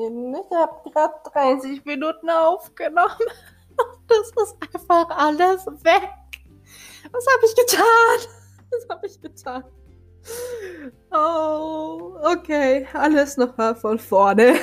Ich habe gerade 30 Minuten aufgenommen. Das ist einfach alles weg. Was habe ich getan? Was habe ich getan? Oh, okay. Alles nochmal von vorne.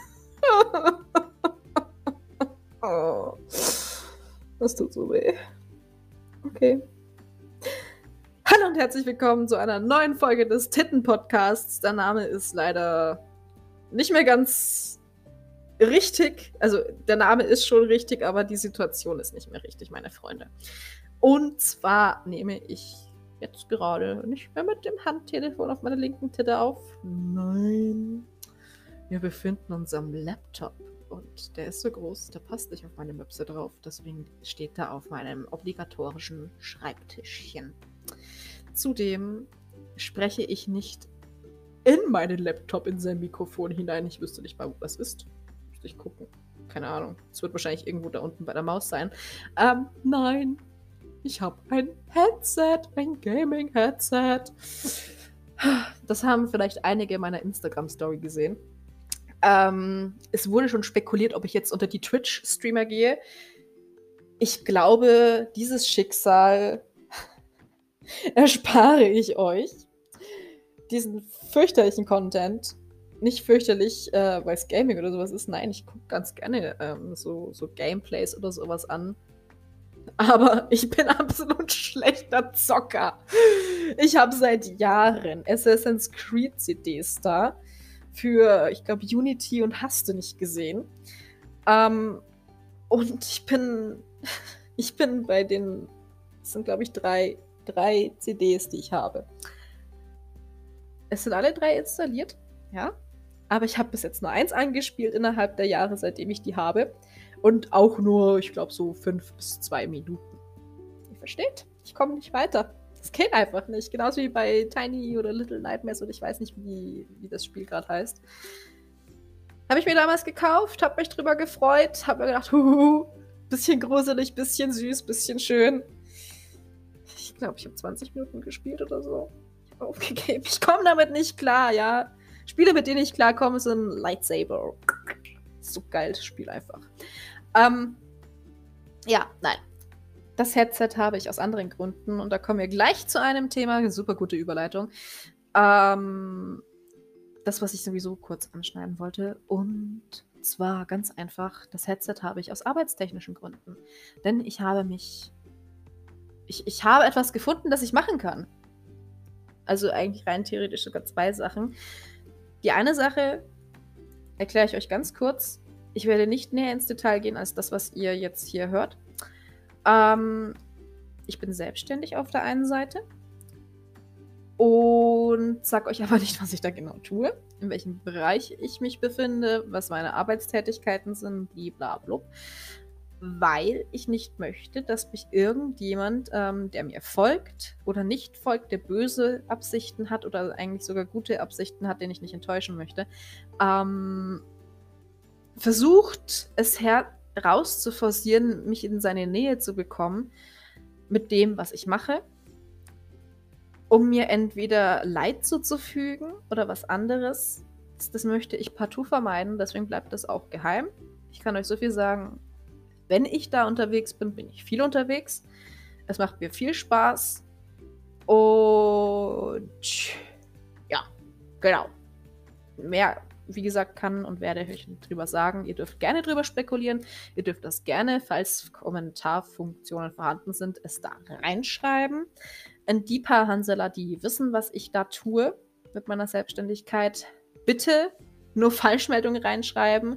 Oh, das tut so weh. Okay. Hallo und herzlich willkommen zu einer neuen Folge des Titten-Podcasts. Der Name ist leider nicht mehr ganz richtig. Also der Name ist schon richtig, aber die Situation ist nicht mehr richtig, meine Freunde. Und zwar nehme ich jetzt gerade nicht mehr mit dem Handtelefon auf meiner linken Titte auf. Nein. Wir befinden uns am Laptop. Und der ist so groß, der passt nicht auf meine Möpse drauf. Deswegen steht er auf meinem obligatorischen Schreibtischchen. Zudem spreche ich nicht in meinen Laptop in sein Mikrofon hinein. Ich wüsste nicht mal, wo das ist. Müsste ich gucken. Keine Ahnung. Es wird wahrscheinlich irgendwo da unten bei der Maus sein. Nein. Ich habe ein Headset, ein Gaming-Headset. Das haben vielleicht einige meiner Instagram-Story gesehen. Es wurde schon spekuliert, ob ich jetzt unter die Twitch-Streamer gehe. Ich glaube, dieses Schicksal erspare ich euch. Diesen fürchterlichen Content. Nicht fürchterlich, weil es Gaming oder sowas ist. Nein, ich gucke ganz gerne so Gameplays oder sowas an. Aber ich bin absolut schlechter Zocker. Ich habe seit Jahren Assassin's Creed CDs da. Für, ich glaube, Unity und hast du nicht gesehen. Und ich bin bei den, das sind, glaube ich, drei CDs, die ich habe. Es sind alle 3 installiert, ja. Aber ich habe bis jetzt nur 1 angespielt innerhalb der Jahre, seitdem ich die habe. Und auch nur, ich glaube, so 5 bis 2 Minuten. Ihr versteht? Ich komme nicht weiter. Das geht einfach nicht. Genauso wie bei Tiny oder Little Nightmares und ich weiß nicht, wie das Spiel gerade heißt. Habe ich mir damals gekauft, habe mich drüber gefreut, habe mir gedacht, bisschen gruselig, bisschen süß, bisschen schön. Ich glaube, ich habe 20 Minuten gespielt oder so. Ich habe aufgegeben. Ich komme damit nicht klar, ja. Spiele, mit denen ich klarkomme, sind Lightsaber. So geil, das Spiel einfach. Ja, nein. Das Headset habe ich aus anderen Gründen und da kommen wir gleich zu einem Thema. Super gute Überleitung. Das, was ich sowieso kurz anschneiden wollte. Und zwar ganz einfach, das Headset habe ich aus arbeitstechnischen Gründen. Denn ich habe etwas gefunden, das ich machen kann. Also eigentlich rein theoretisch sogar 2 Sachen. Die eine Sache erkläre ich euch ganz kurz. Ich werde nicht näher ins Detail gehen als das, was ihr jetzt hier hört. Ich bin selbstständig auf der einen Seite und sage euch aber nicht, was ich da genau tue, in welchem Bereich ich mich befinde, was meine Arbeitstätigkeiten sind, blablabla, weil ich nicht möchte, dass mich irgendjemand, der mir folgt oder nicht folgt, der böse Absichten hat oder eigentlich sogar gute Absichten hat, den ich nicht enttäuschen möchte, versucht, es rauszuforcieren, mich in seine Nähe zu bekommen mit dem, was ich mache, um mir entweder Leid zuzufügen oder was anderes. Das möchte ich partout vermeiden, deswegen bleibt das auch geheim. Ich kann euch so viel sagen, wenn ich da unterwegs bin, bin ich viel unterwegs. Es macht mir viel Spaß. Und ja, genau. Mehr, wie gesagt, kann und werde ich drüber sagen. Ihr dürft gerne drüber spekulieren. Ihr dürft das gerne, falls Kommentarfunktionen vorhanden sind, es da reinschreiben. Und die paar Hanseler, die wissen, was ich da tue mit meiner Selbstständigkeit, bitte nur Falschmeldungen reinschreiben.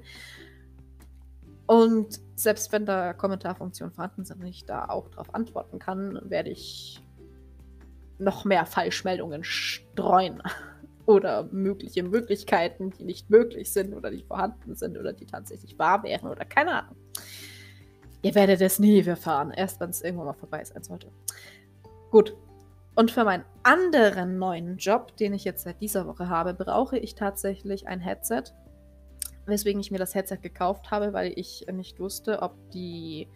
Und selbst wenn da Kommentarfunktionen vorhanden sind und ich da auch drauf antworten kann, werde ich noch mehr Falschmeldungen streuen. Oder mögliche Möglichkeiten, die nicht möglich sind oder die vorhanden sind oder die tatsächlich wahr wären oder keine Ahnung. Ihr werdet es nie erfahren, erst wenn es irgendwann mal vorbei sein sollte. Gut. Und für meinen anderen neuen Job, den ich jetzt seit dieser Woche habe, brauche ich tatsächlich ein Headset. Weswegen ich mir das Headset gekauft habe, weil ich nicht wusste, ob die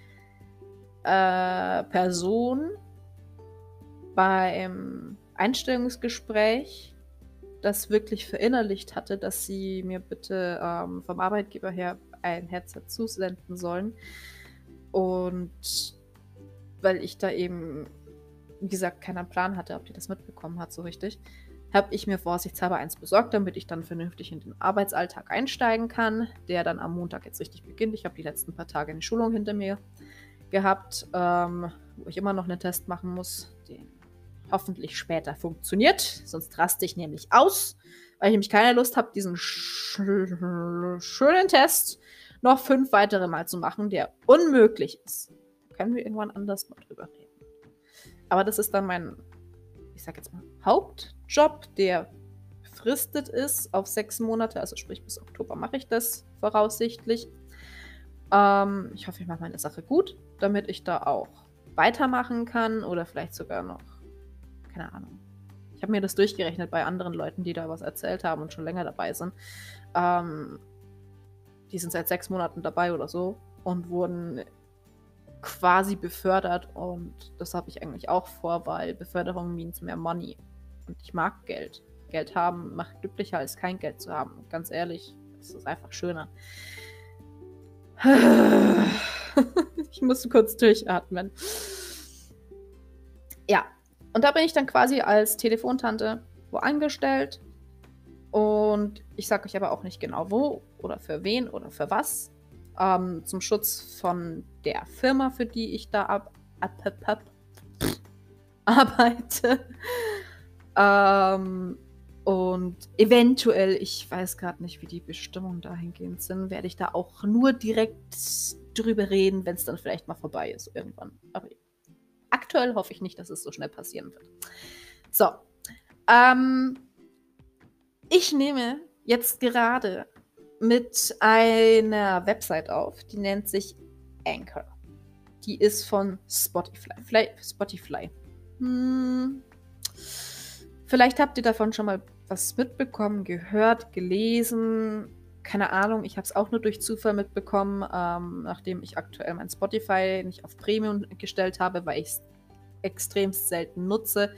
Person beim Einstellungsgespräch das wirklich verinnerlicht hatte, dass sie mir bitte vom Arbeitgeber her ein Headset zusenden sollen. Und weil ich da eben, wie gesagt, keinen Plan hatte, ob die das mitbekommen hat so richtig, habe ich mir vorsichtshalber eins besorgt, damit ich dann vernünftig in den Arbeitsalltag einsteigen kann, der dann am Montag jetzt richtig beginnt. Ich habe die letzten paar Tage eine Schulung hinter mir gehabt, wo ich immer noch einen Test machen muss, den hoffentlich später funktioniert. Sonst raste ich nämlich aus, weil ich nämlich keine Lust habe, diesen schönen Test noch 5 weitere Mal zu machen, der unmöglich ist. Da können wir irgendwann anders mal drüber reden. Aber das ist dann mein, ich sag jetzt mal, Hauptjob, der befristet ist auf 6 Monate. Also sprich, bis Oktober mache ich das voraussichtlich. Ich hoffe, ich mache meine Sache gut, damit ich da auch weitermachen kann oder vielleicht sogar noch, keine Ahnung. Ich habe mir das durchgerechnet bei anderen Leuten, die da was erzählt haben und schon länger dabei sind. Die sind seit 6 Monaten dabei oder so und wurden quasi befördert, und das habe ich eigentlich auch vor, weil Beförderung means mehr Money. Und ich mag Geld. Geld haben macht glücklicher als kein Geld zu haben. Und ganz ehrlich, es ist einfach schöner. Ich musste kurz durchatmen. Ja, und da bin ich dann quasi als Telefontante wo angestellt. Und ich sage euch aber auch nicht genau wo oder für wen oder für was. Zum Schutz von der Firma, für die ich da arbeite. Und eventuell, ich weiß gerade nicht, wie die Bestimmungen dahingehend sind, werde ich da auch nur direkt drüber reden, wenn es dann vielleicht mal vorbei ist irgendwann. Aber aktuell hoffe ich nicht, dass es so schnell passieren wird. So. Ich nehme jetzt gerade mit einer Website auf, die nennt sich Anchor. Die ist von Spotify. Vielleicht habt ihr davon schon mal was mitbekommen, gehört, gelesen. Keine Ahnung, ich habe es auch nur durch Zufall mitbekommen, nachdem ich aktuell mein Spotify nicht auf Premium gestellt habe, weil ich es extremst selten nutze.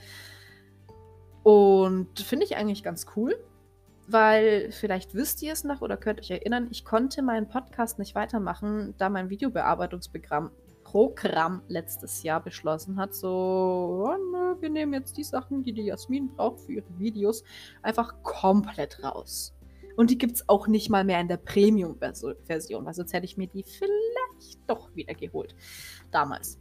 Und finde ich eigentlich ganz cool, weil vielleicht wisst ihr es noch oder könnt euch erinnern, ich konnte meinen Podcast nicht weitermachen, da mein Videobearbeitungsprogramm letztes Jahr beschlossen hat, so, oh, nö, wir nehmen jetzt die Sachen, die Jasmin braucht für ihre Videos, einfach komplett raus. Und die gibt es auch nicht mal mehr in der Premium-Version, weil sonst hätte ich mir die vielleicht doch wieder geholt. Damals.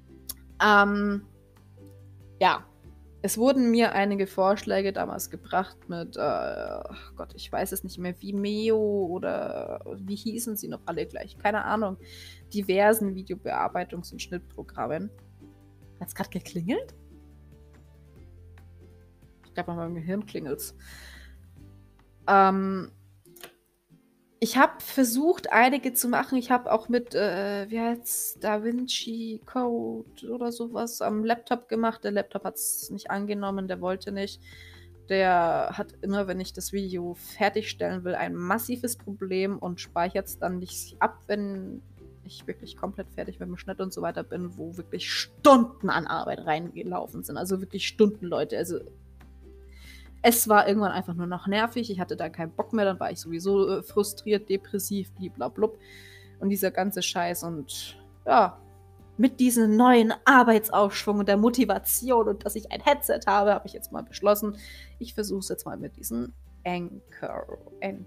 Ja. Es wurden mir einige Vorschläge damals gebracht mit, Gott, ich weiß es nicht mehr, Vimeo oder wie hießen sie noch alle gleich? Keine Ahnung. Diversen Videobearbeitungs- und Schnittprogrammen. Hat es gerade geklingelt? Ich glaube, an meinem Gehirn klingelt es. Ich habe versucht, einige zu machen. Ich habe auch mit, wie heißt's, DaVinci Code oder sowas am Laptop gemacht. Der Laptop hat es nicht angenommen, der wollte nicht. Der hat immer, wenn ich das Video fertigstellen will, ein massives Problem und speichert es dann nicht ab, wenn ich wirklich komplett fertig mit dem Schnitt und so weiter bin, wo wirklich Stunden an Arbeit reingelaufen sind. Also wirklich Stunden, Leute. Also es war irgendwann einfach nur noch nervig. Ich hatte da keinen Bock mehr. Dann war ich sowieso frustriert, depressiv, bliblablub. Und dieser ganze Scheiß. Und ja, mit diesem neuen Arbeitsaufschwung und der Motivation und dass ich ein Headset habe, habe ich jetzt mal beschlossen, ich versuche es jetzt mal mit diesem Anchor.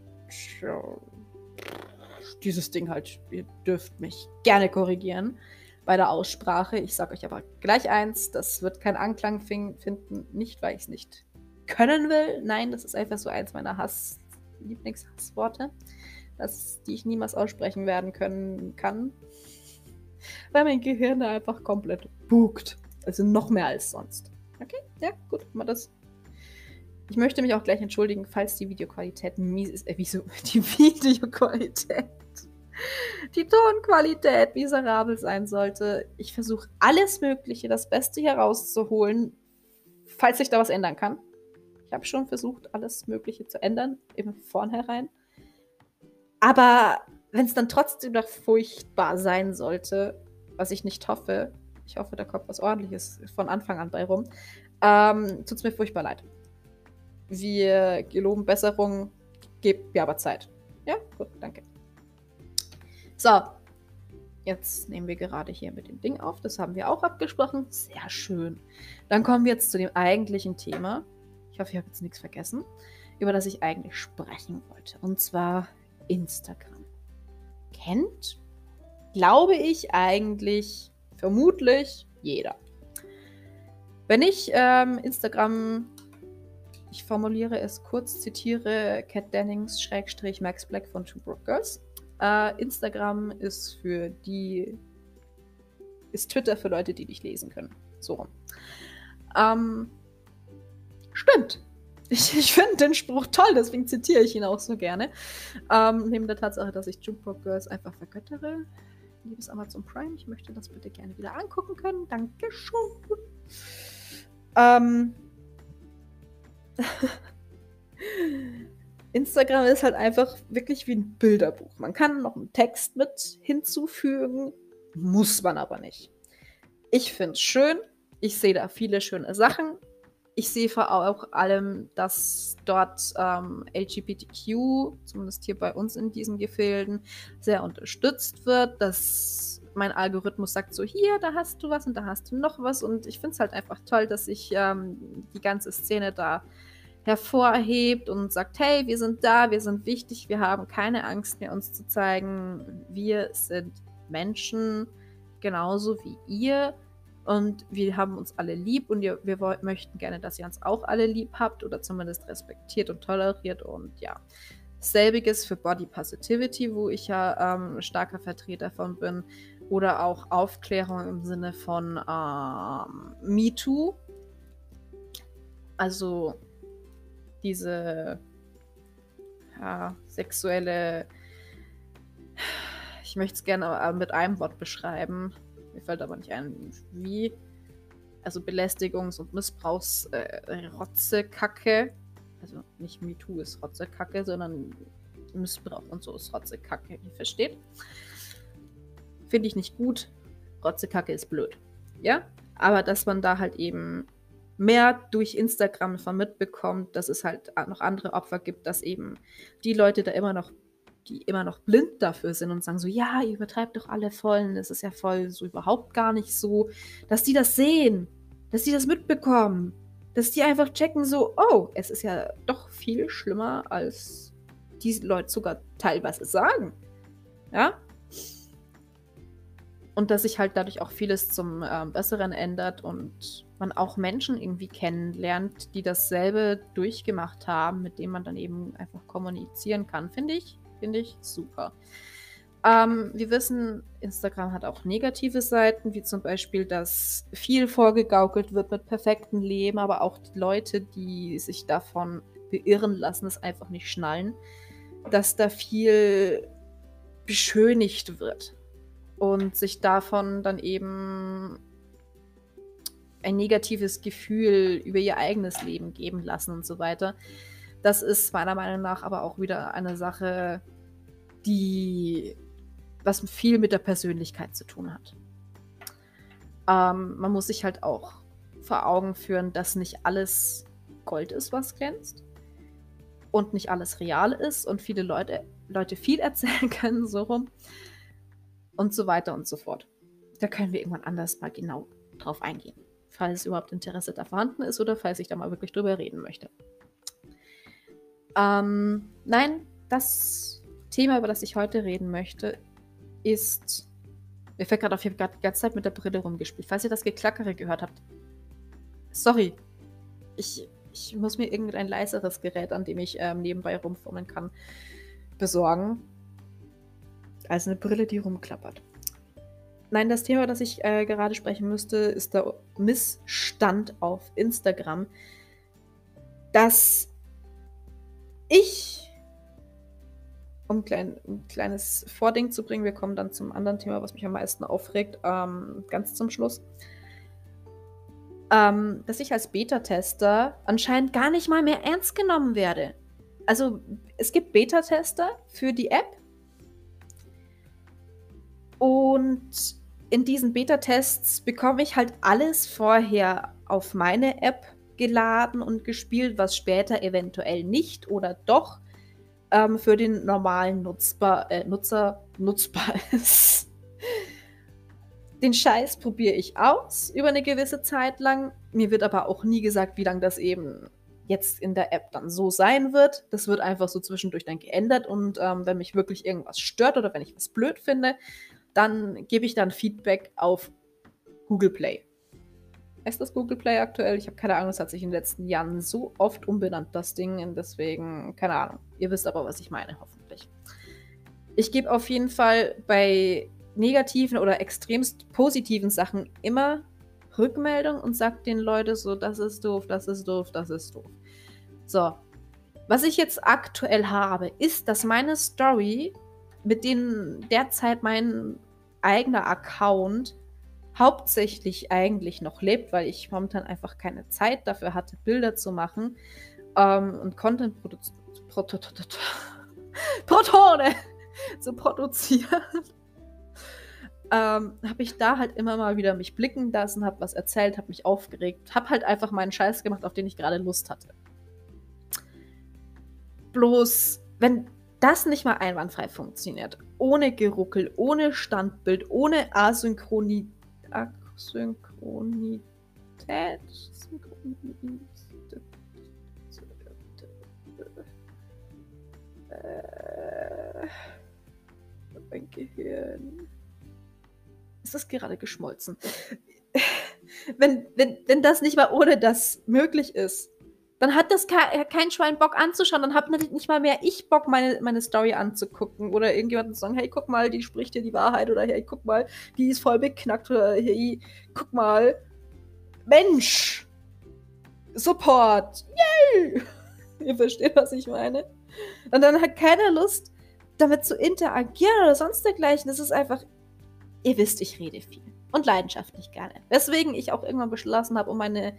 Dieses Ding halt. Ihr dürft mich gerne korrigieren bei der Aussprache. Ich sage euch aber gleich eins, das wird keinen Anklang finden. Nicht, weil ich es nicht können will. Nein, das ist einfach so eins meiner Lieblingshassworte, die ich niemals aussprechen werden kann, weil mein Gehirn da einfach komplett bugt. Also noch mehr als sonst. Okay, ja, gut, mal das. Ich möchte mich auch gleich entschuldigen, falls die Videoqualität mies ist. Die Videoqualität. Die Tonqualität miserabel sein sollte. Ich versuche alles Mögliche, das Beste herauszuholen, falls sich da was ändern kann. Ich habe schon versucht, alles Mögliche zu ändern, im Vornherein. Aber wenn es dann trotzdem noch furchtbar sein sollte, was ich nicht hoffe, ich hoffe, da kommt was Ordentliches von Anfang an bei rum, tut es mir furchtbar leid. Wir geloben Besserung, gebt mir aber Zeit. Ja, gut, danke. So, jetzt nehmen wir gerade hier mit dem Ding auf. Das haben wir auch abgesprochen. Sehr schön. Dann kommen wir jetzt zu dem eigentlichen Thema. Ich hoffe, ich habe jetzt nichts vergessen, über das ich eigentlich sprechen wollte. Und zwar Instagram. Kennt, glaube ich, eigentlich vermutlich jeder. Wenn ich Instagram, ich formuliere es kurz, zitiere Kat Dennings / Max Black von Two Broke Girls. Instagram ist Twitter für Leute, die nicht lesen können. So rum. Stimmt. Ich finde den Spruch toll, deswegen zitiere ich ihn auch so gerne. Neben der Tatsache, dass ich Two Broke Girls einfach vergöttere. Liebes Amazon Prime, ich möchte das bitte gerne wieder angucken können. Dankeschön. Instagram ist halt einfach wirklich wie ein Bilderbuch. Man kann noch einen Text mit hinzufügen, muss man aber nicht. Ich finde es schön. Ich sehe da viele schöne Sachen. Ich sehe vor allem, dass dort LGBTQ, zumindest hier bei uns in diesen Gefilden, sehr unterstützt wird, dass mein Algorithmus sagt so, hier, da hast du was und da hast du noch was. Und ich finde es halt einfach toll, dass sich die ganze Szene da hervorhebt und sagt, hey, wir sind da, wir sind wichtig, wir haben keine Angst mehr, uns zu zeigen. Wir sind Menschen, genauso wie ihr. Und wir haben uns alle lieb und wir möchten gerne, dass ihr uns auch alle lieb habt oder zumindest respektiert und toleriert. Und ja, selbiges für Body Positivity, wo ich ja starker Vertreter von bin. Oder auch Aufklärung im Sinne von MeToo. Also diese sexuelle, ich möchte es gerne mit einem Wort beschreiben, mir fällt aber nicht ein, wie, also Belästigungs- und Missbrauchs-Rotzekacke, also nicht MeToo ist Rotzekacke, sondern Missbrauch und so ist Rotzekacke, ihr versteht? Finde ich nicht gut, Rotzekacke ist blöd, ja? Aber dass man da halt eben mehr durch Instagram davon mitbekommt, dass es halt noch andere Opfer gibt, dass eben die Leute da immer noch blind dafür sind und sagen so, ja, ihr übertreibt doch alle voll, das ist ja voll so überhaupt gar nicht so, dass die das sehen, dass die das mitbekommen, dass die einfach checken so, oh, es ist ja doch viel schlimmer, als diese Leute sogar teilweise sagen. Ja? Und dass sich halt dadurch auch vieles zum Besseren ändert und man auch Menschen irgendwie kennenlernt, die dasselbe durchgemacht haben, mit denen man dann eben einfach kommunizieren kann. Finde ich super. Wir wissen, Instagram hat auch negative Seiten, wie zum Beispiel, dass viel vorgegaukelt wird mit perfektem Leben, aber auch die Leute, die sich davon beirren lassen, es einfach nicht schnallen, dass da viel beschönigt wird und sich davon dann eben ein negatives Gefühl über ihr eigenes Leben geben lassen und so weiter. Das ist meiner Meinung nach aber auch wieder eine Sache, was viel mit der Persönlichkeit zu tun hat. Man muss sich halt auch vor Augen führen, dass nicht alles Gold ist, was glänzt und nicht alles real ist und viele Leute viel erzählen können, so rum und so weiter und so fort. Da können wir irgendwann anders mal genau drauf eingehen, falls überhaupt Interesse da vorhanden ist oder falls ich da mal wirklich drüber reden möchte. Nein, das Thema, über das ich heute reden möchte, ist, mir fällt gerade auf, ich habe gerade die ganze Zeit mit der Brille rumgespielt. Falls ihr das Geklackere gehört habt, sorry, ich muss mir irgendein leiseres Gerät, an dem ich nebenbei rumfummeln kann, besorgen, als eine Brille, die rumklappert. Nein, das Thema, das ich gerade sprechen müsste, ist der Missstand auf Instagram, dass um ein kleines Vording zu bringen, wir kommen dann zum anderen Thema, was mich am meisten aufregt, ganz zum Schluss, dass ich als Beta-Tester anscheinend gar nicht mal mehr ernst genommen werde. Also es gibt Beta-Tester für die App und in diesen Beta-Tests bekomme ich halt alles vorher auf meine App geladen und gespielt, was später eventuell nicht oder doch für den normalen Nutzer nutzbar ist. Den Scheiß probiere ich aus über eine gewisse Zeit lang. Mir wird aber auch nie gesagt, wie lange das eben jetzt in der App dann so sein wird. Das wird einfach so zwischendurch dann geändert und wenn mich wirklich irgendwas stört oder wenn ich was blöd finde, dann gebe ich dann Feedback auf Google Play. Ist das Google Play aktuell? Ich habe keine Ahnung, es hat sich in den letzten Jahren so oft umbenannt, das Ding. Und deswegen, keine Ahnung. Ihr wisst aber, was ich meine, hoffentlich. Ich gebe auf jeden Fall bei negativen oder extremst positiven Sachen immer Rückmeldung und sage den Leuten so, das ist doof, das ist doof, das ist doof. So, was ich jetzt aktuell habe, ist, dass meine Story, mit denen derzeit mein eigener Account hauptsächlich eigentlich noch lebt, weil ich momentan einfach keine Zeit dafür hatte, Bilder zu machen und Content Protone zu produzieren, habe ich da halt immer mal wieder mich blicken lassen, habe was erzählt, habe mich aufgeregt, habe halt einfach meinen Scheiß gemacht, auf den ich gerade Lust hatte. Bloß, wenn das nicht mal einwandfrei funktioniert, ohne Geruckel, ohne Standbild, ohne Asynchronität, mein Gehirn. Ist das gerade geschmolzen? Wenn das nicht mal ohne das möglich ist, dann hat das kein Schwein Bock anzuschauen. Dann hat nicht mal mehr ich Bock, meine Story anzugucken. Oder irgendjemanden zu sagen, hey, guck mal, die spricht hier die Wahrheit. Oder hey, guck mal, die ist voll beknackt. Oder hey, guck mal, Mensch, Support, yay! Ihr versteht, was ich meine? Und dann hat keiner Lust, damit zu interagieren oder sonst dergleichen. Das ist einfach, ihr wisst, ich rede viel und leidenschaftlich gerne. Weswegen ich auch irgendwann beschlossen habe, um mein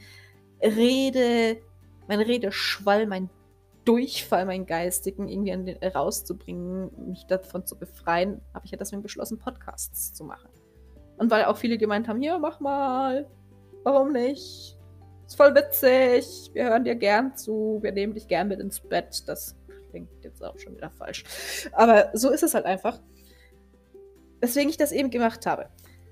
Redeschwall, mein Durchfall, meinen Geistigen irgendwie rauszubringen, mich davon zu befreien, habe ich ja deswegen beschlossen, Podcasts zu machen. Und weil auch viele gemeint haben, hier, mach mal, warum nicht? Ist voll witzig, wir hören dir gern zu, wir nehmen dich gern mit ins Bett. Das klingt jetzt auch schon wieder falsch. Aber so ist es halt einfach. Weswegen ich das eben gemacht habe.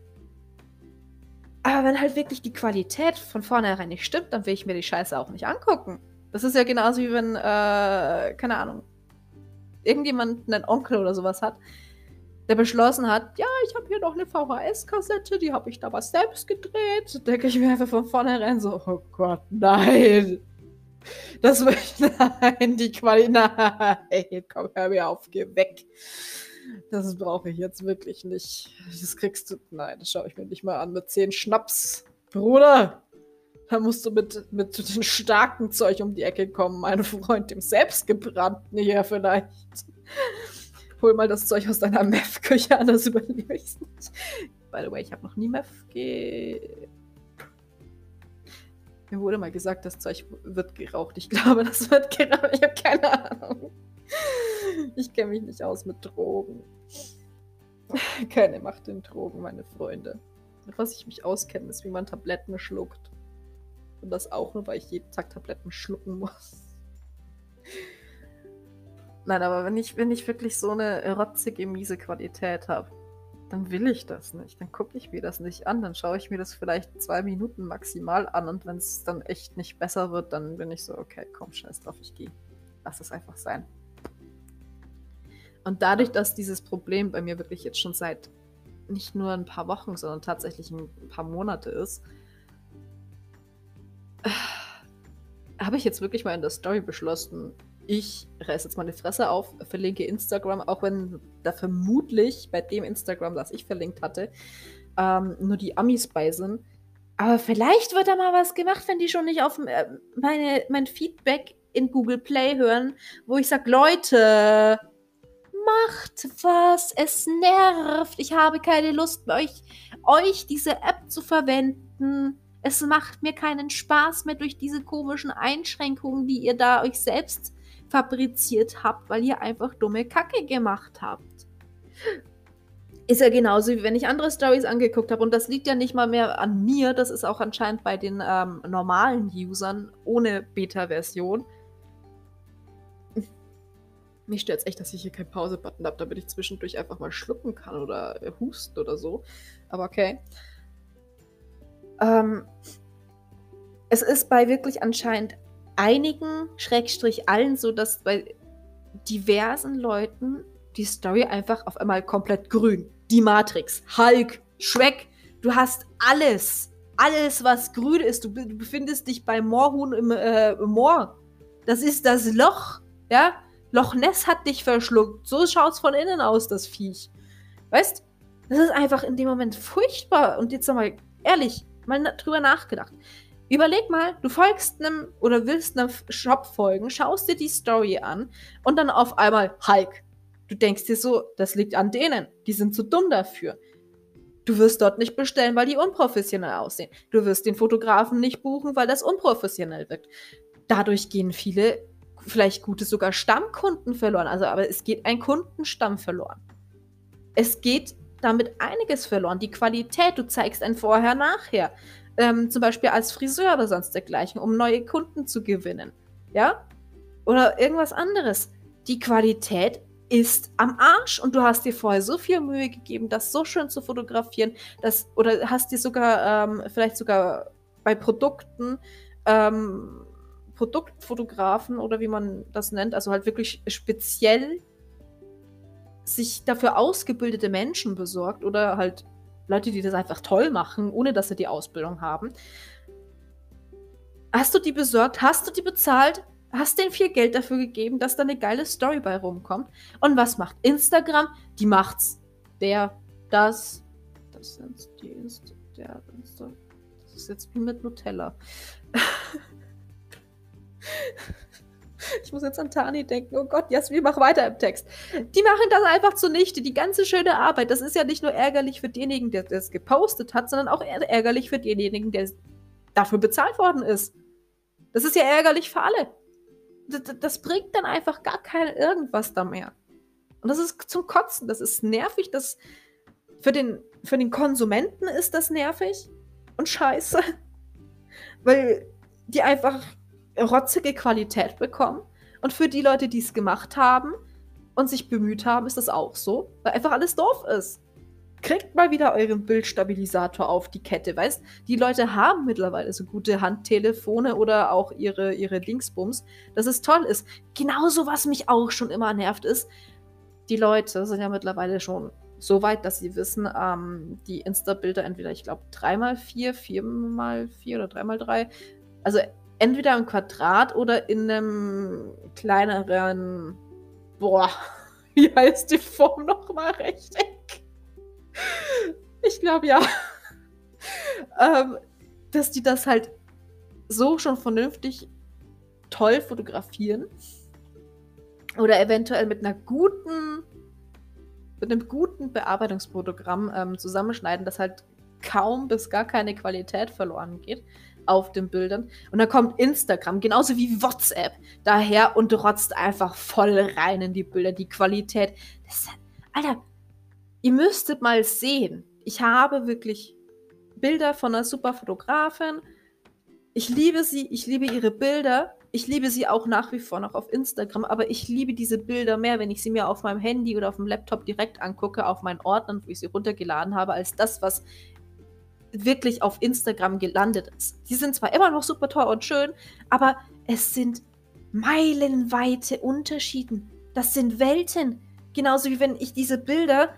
Aber wenn halt wirklich die Qualität von vornherein nicht stimmt, dann will ich mir die Scheiße auch nicht angucken. Das ist ja genauso wie wenn, keine Ahnung, irgendjemand einen Onkel oder sowas hat, der beschlossen hat, ja, ich habe hier noch eine VHS-Kassette, die habe ich damals selbst gedreht. Da denke ich mir einfach von vornherein so, oh Gott, nein. Das will ich, nein, die Qualität, nein, komm, hör mir auf, geh weg. Das brauche ich jetzt wirklich nicht. Das kriegst du, nein, das schaue ich mir nicht mal an mit 10 Schnaps. Bruder, da musst du mit dem starken Zeug um die Ecke kommen, mein Freund, dem selbstgebrannten hier vielleicht. Hol mal das Zeug aus deiner Meth-Küche an, das überlebe ich nicht. By the way, ich habe noch nie Meth Mir wurde mal gesagt, das Zeug wird geraucht. Ich glaube, das wird geraucht. Ich habe keine Ahnung. Ich kenne mich nicht aus mit Drogen. Keine Macht in Drogen, meine Freunde. Mit was ich mich auskenne, ist, wie man Tabletten schluckt. Und das auch nur, weil ich jeden Tag Tabletten schlucken muss. Nein, aber wenn ich wirklich so eine rotzige, miese Qualität habe, dann will ich das nicht. Dann gucke ich mir das nicht an. Dann schaue ich mir das vielleicht 2 Minuten maximal an. Und wenn es dann echt nicht besser wird, dann bin ich so, okay, komm, scheiß drauf, ich gehe. Lass es einfach sein. Und dadurch, dass dieses Problem bei mir wirklich jetzt schon seit nicht nur ein paar Wochen, sondern tatsächlich ein paar Monate ist, habe ich jetzt wirklich mal in der Story beschlossen, ich reiße jetzt meine Fresse auf, verlinke Instagram, auch wenn da vermutlich bei dem Instagram, das ich verlinkt hatte, nur die Amis bei sind. Aber vielleicht wird da mal was gemacht, wenn die schon nicht auf mein Feedback in Google Play hören, wo ich sage, Leute, macht was, es nervt, ich habe keine Lust mehr, euch diese App zu verwenden. Es macht mir keinen Spaß mehr durch diese komischen Einschränkungen, die ihr da euch selbst fabriziert habt, weil ihr einfach dumme Kacke gemacht habt. Ist ja genauso, wie wenn ich andere Stories angeguckt habe. Und das liegt ja nicht mal mehr an mir. Das ist auch anscheinend bei den normalen Usern ohne Beta-Version. Mich stört es echt, dass ich hier keinen Pause-Button habe, damit ich zwischendurch einfach mal schlucken kann oder husten oder so. Aber okay. Es ist bei wirklich anscheinend einigen, Schrägstrich allen, so dass bei diversen Leuten die Story einfach auf einmal komplett grün. Die Matrix, Hulk, Shrek, du hast alles. Alles, was grün ist. Du befindest dich bei Moorhuhn im Moor. Das ist das Loch, ja? Loch Ness hat dich verschluckt. So schaut's von innen aus, das Viech. Weißt? Das ist einfach in dem Moment furchtbar. Und jetzt nochmal ehrlich, mal drüber nachgedacht. Überleg mal, du folgst einem oder willst einem Shop folgen, schaust dir die Story an und dann auf einmal Hulk. Du denkst dir so, das liegt an denen. Die sind zu dumm dafür. Du wirst dort nicht bestellen, weil die unprofessionell aussehen. Du wirst den Fotografen nicht buchen, weil das unprofessionell wirkt. Dadurch gehen viele, vielleicht gute sogar Stammkunden verloren. Also, aber es geht ein Kundenstamm verloren. Es geht damit einiges verloren. Die Qualität, du zeigst ein Vorher-Nachher. Zum Beispiel als Friseur oder sonst dergleichen, um neue Kunden zu gewinnen. Ja? Oder irgendwas anderes. Die Qualität ist am Arsch und du hast dir vorher so viel Mühe gegeben, das so schön zu fotografieren, oder hast dir sogar, vielleicht sogar bei Produkten, Produktfotografen oder wie man das nennt, also halt wirklich speziell sich dafür ausgebildete Menschen besorgt oder halt Leute, die das einfach toll machen, ohne dass sie die Ausbildung haben. Hast du die besorgt? Hast du die bezahlt? Hast denen viel Geld dafür gegeben, dass da eine geile Story bei rumkommt? Und was macht Instagram? Die macht's. Das ist jetzt wie mit Nutella. Ich muss jetzt an Tani denken. Oh Gott, Jasmin, mach weiter im Text. Die machen das einfach zunichte. Die ganze schöne Arbeit. Das ist ja nicht nur ärgerlich für denjenigen, der das gepostet hat, sondern auch ärgerlich für denjenigen, der dafür bezahlt worden ist. Das ist ja ärgerlich für alle. Das bringt dann einfach gar kein irgendwas da mehr. Und das ist zum Kotzen. Das ist nervig. Das für den Konsumenten ist das nervig und scheiße. Weil die einfach rotzige Qualität bekommen. Und für die Leute, die es gemacht haben und sich bemüht haben, ist das auch so. Weil einfach alles doof ist. Kriegt mal wieder euren Bildstabilisator auf die Kette, weißt? Die Leute haben mittlerweile so gute Handtelefone oder auch ihre Dingsbums, dass es toll ist. Genauso, was mich auch schon immer nervt, ist, die Leute sind ja mittlerweile schon so weit, dass sie wissen, die Insta-Bilder entweder, ich glaube, 3x4, 4x4 oder 3x3, also entweder im Quadrat oder in einem kleineren, wie heißt die Form nochmal? Rechteck? Ich glaube ja. Dass die das halt so schon vernünftig toll fotografieren oder eventuell mit einem guten Bearbeitungsprogramm zusammenschneiden, dass halt kaum bis gar keine Qualität verloren geht auf den Bildern. Und dann kommt Instagram, genauso wie WhatsApp, daher und rotzt einfach voll rein in die Bilder. Die Qualität. Alter, ihr müsstet mal sehen. Ich habe wirklich Bilder von einer super Fotografin. Ich liebe sie, ich liebe ihre Bilder. Ich liebe sie auch nach wie vor noch auf Instagram, aber ich liebe diese Bilder mehr, wenn ich sie mir auf meinem Handy oder auf dem Laptop direkt angucke, auf meinen Ordnern, wo ich sie runtergeladen habe, als das, was wirklich auf Instagram gelandet ist. Die sind zwar immer noch super toll und schön, aber es sind meilenweite Unterschiede. Das sind Welten. Genauso wie wenn ich diese Bilder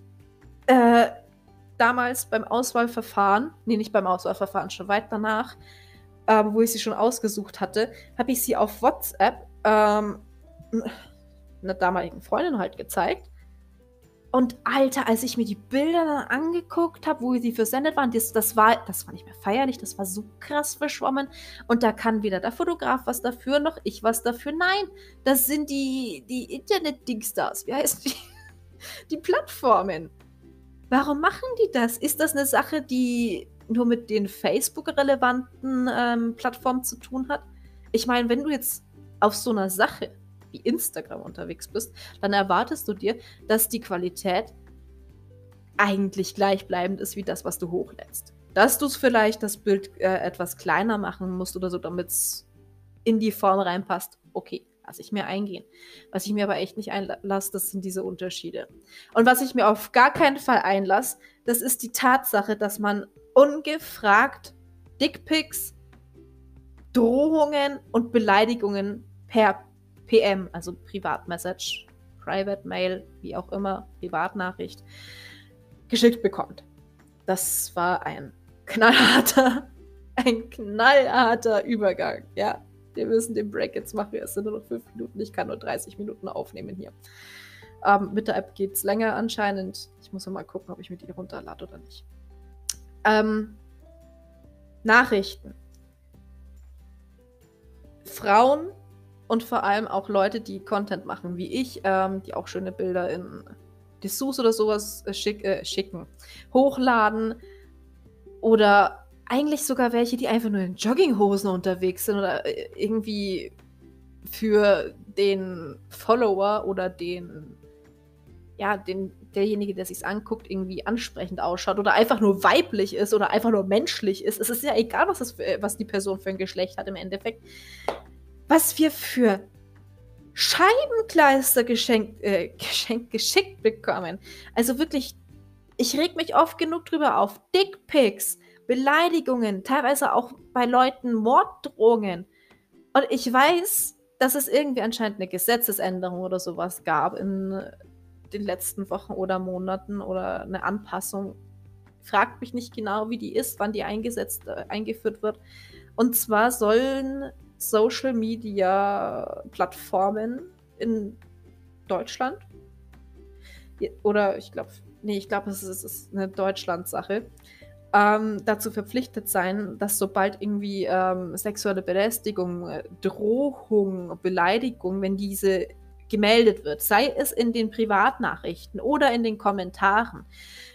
damals beim Auswahlverfahren, nicht beim Auswahlverfahren, schon weit danach, wo ich sie schon ausgesucht hatte, habe ich sie auf WhatsApp einer damaligen Freundin halt gezeigt. Und Alter, als ich mir die Bilder dann angeguckt habe, wo sie versendet waren, das war nicht mehr feierlich, das war so krass verschwommen. Und da kann weder der Fotograf was dafür, noch ich was dafür. Nein, das sind die Internet-Dingstars. Wie heißt die Plattformen? Warum machen die das? Ist das eine Sache, die nur mit den Facebook-relevanten Plattformen zu tun hat? Ich meine, wenn du jetzt auf so einer Sache wie Instagram unterwegs bist, dann erwartest du dir, dass die Qualität eigentlich gleichbleibend ist wie das, was du hochlädst. Dass du vielleicht das Bild etwas kleiner machen musst oder so, damit es in die Form reinpasst, okay, lasse ich mir eingehen. Was ich mir aber echt nicht einlasse, das sind diese Unterschiede. Und was ich mir auf gar keinen Fall einlasse, das ist die Tatsache, dass man ungefragt Dickpics, Drohungen und Beleidigungen per PM, also Privatmessage, Private Mail, wie auch immer, Privatnachricht, geschickt bekommt. Das war ein knallharter Übergang, ja. Wir müssen den Break jetzt machen, es sind nur noch 5 Minuten, ich kann nur 30 Minuten aufnehmen hier. Mit der App geht es länger anscheinend. Ich muss mal gucken, ob ich mir die runterlade oder nicht. Nachrichten. Frauen und vor allem auch Leute, die Content machen, wie ich, die auch schöne Bilder in Dessous oder sowas schicken, hochladen oder eigentlich sogar welche, die einfach nur in Jogginghosen unterwegs sind oder irgendwie für den Follower oder derjenige, der sich's anguckt, irgendwie ansprechend ausschaut oder einfach nur weiblich ist oder einfach nur menschlich ist. Es ist ja egal, was die Person für ein Geschlecht hat im Endeffekt. Was wir für Scheibenkleister geschickt bekommen. Also wirklich, ich reg mich oft genug drüber auf. Dickpics, Beleidigungen, teilweise auch bei Leuten Morddrohungen. Und ich weiß, dass es irgendwie anscheinend eine Gesetzesänderung oder sowas gab in den letzten Wochen oder Monaten oder eine Anpassung. Fragt mich nicht genau, wie die ist, wann die eingeführt wird. Und zwar sollen Social-Media-Plattformen in Deutschland oder ich glaube, es ist eine Deutschland-Sache, dazu verpflichtet sein, dass sobald irgendwie sexuelle Belästigung, Drohung, Beleidigung, wenn diese gemeldet wird, sei es in den Privatnachrichten oder in den Kommentaren,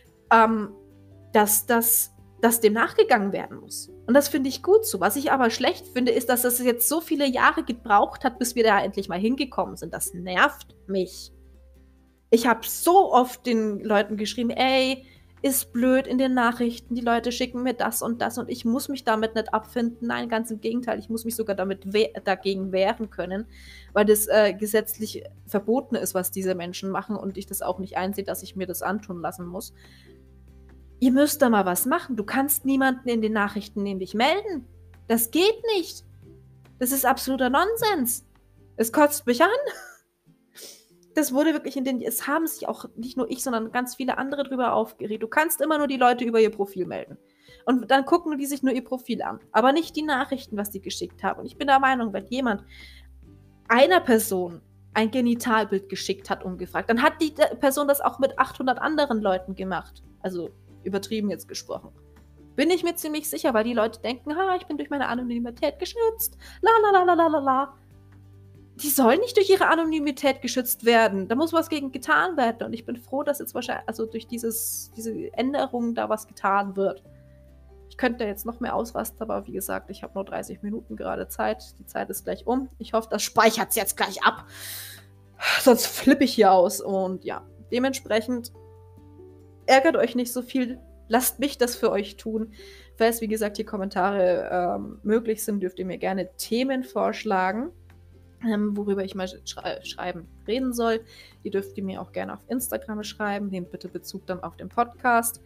dass dem nachgegangen werden muss. Und das finde ich gut so. Was ich aber schlecht finde, ist, dass das jetzt so viele Jahre gebraucht hat, bis wir da endlich mal hingekommen sind. Das nervt mich. Ich habe so oft den Leuten geschrieben, ey, ist blöd in den Nachrichten, die Leute schicken mir das und ich muss mich damit nicht abfinden. Nein, ganz im Gegenteil, ich muss mich sogar dagegen wehren können, weil das gesetzlich verboten ist, was diese Menschen machen und ich das auch nicht einsehe, dass ich mir das antun lassen muss. Ihr müsst da mal was machen. Du kannst niemanden in den Nachrichten nämlich melden. Das geht nicht. Das ist absoluter Nonsens. Es kotzt mich an. Das wurde wirklich es haben sich auch nicht nur ich, sondern ganz viele andere drüber aufgeregt. Du kannst immer nur die Leute über ihr Profil melden. Und dann gucken die sich nur ihr Profil an. Aber nicht die Nachrichten, was die geschickt haben. Und ich bin der Meinung, wenn jemand einer Person ein Genitalbild geschickt hat, ungefragt, dann hat die Person das auch mit 800 anderen Leuten gemacht. Also übertrieben jetzt gesprochen. Bin ich mir ziemlich sicher, weil die Leute denken, ich bin durch meine Anonymität geschützt. La la la la la la la. Die sollen nicht durch ihre Anonymität geschützt werden. Da muss was gegen getan werden. Und ich bin froh, dass jetzt wahrscheinlich, also durch diese Änderung da was getan wird. Ich könnte jetzt noch mehr ausrasten, aber wie gesagt, ich habe nur 30 Minuten gerade Zeit. Die Zeit ist gleich um. Ich hoffe, das speichert es jetzt gleich ab. Sonst flippe ich hier aus. Und ja, dementsprechend ärgert euch nicht so viel. Lasst mich das für euch tun. Falls, wie gesagt, die Kommentare möglich sind, dürft ihr mir gerne Themen vorschlagen, worüber ich mal reden soll. Ihr dürft die mir auch gerne auf Instagram schreiben. Nehmt bitte Bezug dann auf den Podcast.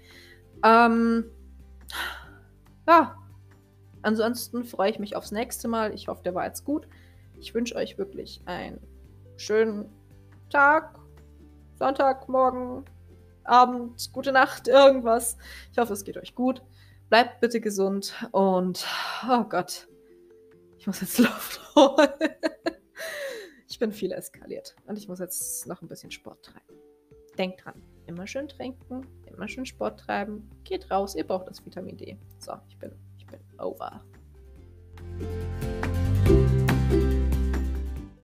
Ja, ansonsten freue ich mich aufs nächste Mal. Ich hoffe, der war jetzt gut. Ich wünsche euch wirklich einen schönen Tag, Sonntag, Morgen, Abend, gute Nacht, irgendwas. Ich hoffe, es geht euch gut. Bleibt bitte gesund und oh Gott, ich muss jetzt Luft holen. Ich bin viel eskaliert und ich muss jetzt noch ein bisschen Sport treiben. Denkt dran, immer schön trinken, immer schön Sport treiben. Geht raus, ihr braucht das Vitamin D. So, ich bin over.